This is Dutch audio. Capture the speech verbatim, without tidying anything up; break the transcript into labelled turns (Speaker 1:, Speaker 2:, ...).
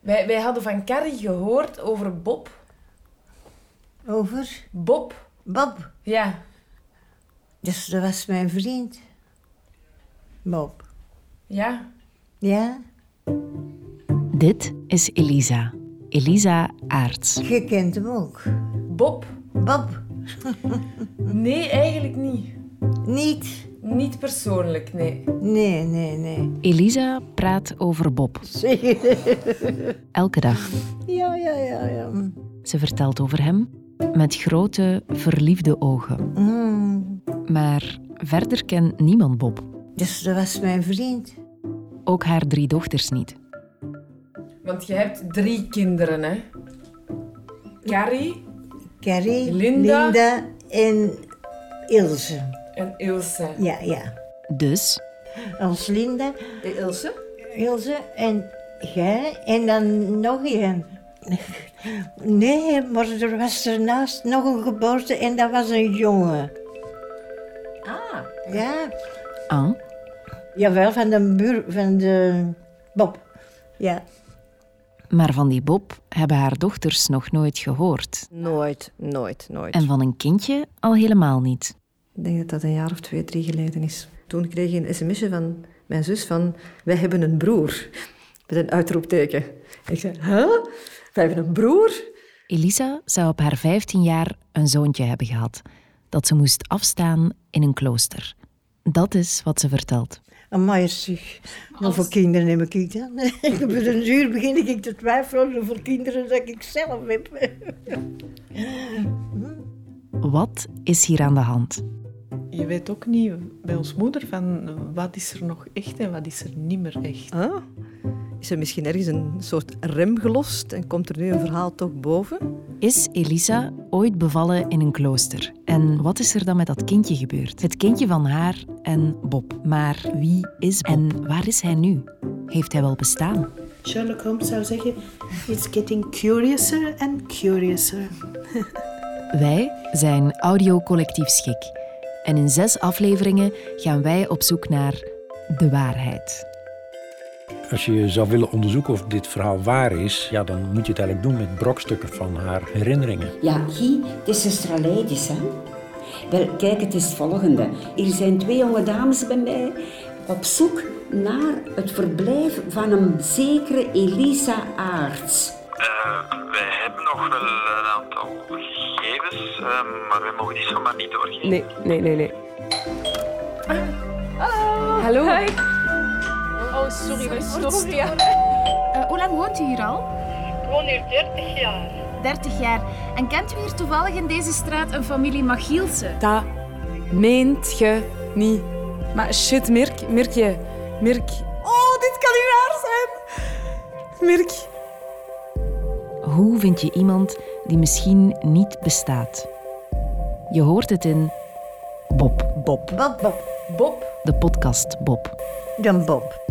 Speaker 1: Wij, wij hadden van Carrie gehoord over Bob.
Speaker 2: Over?
Speaker 1: Bob.
Speaker 2: Bob.
Speaker 1: Ja.
Speaker 2: Dus dat was mijn vriend. Bob.
Speaker 1: Ja.
Speaker 2: Ja?
Speaker 3: Dit is Elisa. Elisa Aerts.
Speaker 2: Je kent hem ook.
Speaker 1: Bob?
Speaker 2: Bob.
Speaker 1: Nee, eigenlijk niet.
Speaker 2: Niet?
Speaker 1: Niet persoonlijk, nee.
Speaker 2: Nee, nee, nee.
Speaker 3: Elisa praat over Bob. Elke dag.
Speaker 2: Ja, ja, ja, ja.
Speaker 3: Ze vertelt over hem met grote, verliefde ogen.
Speaker 2: Mm.
Speaker 3: Maar verder kent niemand Bob.
Speaker 2: Dus dat was mijn vriend.
Speaker 3: Ook haar drie dochters niet.
Speaker 1: Want je hebt drie kinderen, hè? Carrie,
Speaker 2: Carrie,
Speaker 1: Linda.
Speaker 2: Linda en Ilse.
Speaker 1: en Ilse.
Speaker 2: Ja, ja.
Speaker 3: Dus
Speaker 2: Als Linda,
Speaker 1: De Ilse?
Speaker 2: Ilse en jij en dan nog één. Nee, maar er was ernaast nog een geboorte en dat was een jongen.
Speaker 1: Ah.
Speaker 2: Ja.
Speaker 3: ah,
Speaker 2: Jawel, van de buur, van de Bob. Ja.
Speaker 3: maar van die Bob hebben haar dochters nog nooit gehoord.
Speaker 4: Nooit, nooit, nooit.
Speaker 3: En van een kindje al helemaal niet.
Speaker 4: Ik denk dat dat een jaar of twee, drie geleden is. Toen kreeg ik een sms'je van mijn zus van... Wij hebben een broer. Met een uitroepteken. En ik zei, huh? Wij hebben een broer?
Speaker 3: Elisa zou op haar vijftien jaar een zoontje hebben gehad, dat ze moest afstaan in een klooster. Dat is wat ze vertelt.
Speaker 2: Amai, zeg. Hoeveel kinderen heb ik dan? Op een uur begin ik te twijfelen hoeveel kinderen dat ik zelf heb.
Speaker 3: Wat is hier aan de hand?
Speaker 5: Je weet ook niet bij ons moeder van wat is er nog echt en wat is er niet meer echt.
Speaker 4: Huh? Is er misschien ergens een soort rem gelost en komt er nu een verhaal toch boven?
Speaker 3: Is Elisa ooit bevallen in een klooster? En wat is er dan met dat kindje gebeurd? Het kindje van haar en Bob. Maar wie is Bob? En waar is hij nu? Heeft hij wel bestaan?
Speaker 6: Sherlock Holmes zou zeggen, it's getting curiouser and curiouser.
Speaker 3: Wij zijn Audiocollectief Schik. En in zes afleveringen gaan wij op zoek naar de waarheid.
Speaker 7: Als je zou willen onderzoeken of dit verhaal waar is, ja, dan moet je het eigenlijk doen met brokstukken van haar herinneringen.
Speaker 8: Ja, Guy, het is zuster Aleidis, hè. Wel, kijk, het is het volgende. Hier zijn twee jonge dames bij mij op zoek naar het verblijf van een zekere Elisa Aerts.
Speaker 9: Uh, wij hebben nog wel een aantal gegevens, uh, maar wij mogen die zomaar niet doorgeven.
Speaker 4: Nee, nee, nee, nee.
Speaker 1: Hallo. Hallo.
Speaker 10: Hi. Oh, sorry, wij stoppen. Ja. Uh, hoe lang woont u hier al?
Speaker 11: Ik woon hier dertig jaar.
Speaker 10: dertig jaar. En kent u hier toevallig in deze straat een familie Machielse?
Speaker 12: Dat meent je niet. Maar shit, Mirk, Mirkje, Mirk. Oh, dit kan niet waar zijn. Mirk.
Speaker 3: Hoe vind je iemand die misschien niet bestaat? Je hoort het in Bob.
Speaker 2: Bob. Bob, Bob.
Speaker 1: Bob.
Speaker 3: De podcast Bob.
Speaker 2: Dan Bob.